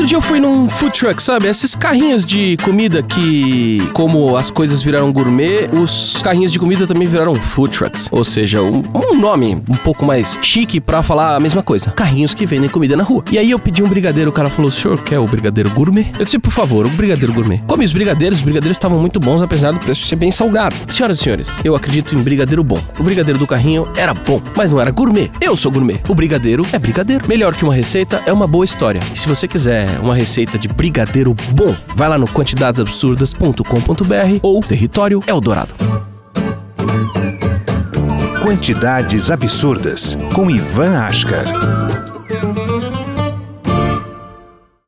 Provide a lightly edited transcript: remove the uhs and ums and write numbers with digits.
Outro dia eu fui num food truck, sabe? Esses carrinhos de comida que, como as coisas viraram gourmet, os carrinhos de comida também viraram food trucks. Ou seja, um nome um pouco mais chique pra falar a mesma coisa. Carrinhos que vendem comida na rua. E aí eu pedi um brigadeiro, o cara falou, o senhor quer o brigadeiro gourmet? Eu disse, por favor, o brigadeiro gourmet. Come os brigadeiros estavam muito bons, apesar do preço ser bem salgado. Senhoras e senhores, eu acredito em brigadeiro bom. O brigadeiro do carrinho era bom, mas não era gourmet. Eu sou gourmet. O brigadeiro é brigadeiro. Melhor que uma receita é uma boa história. E se você quiser uma receita de brigadeiro bom, vai lá no quantidadesabsurdas.com.br ou Território Eldorado. Quantidades Absurdas, com Ivan Ashcar.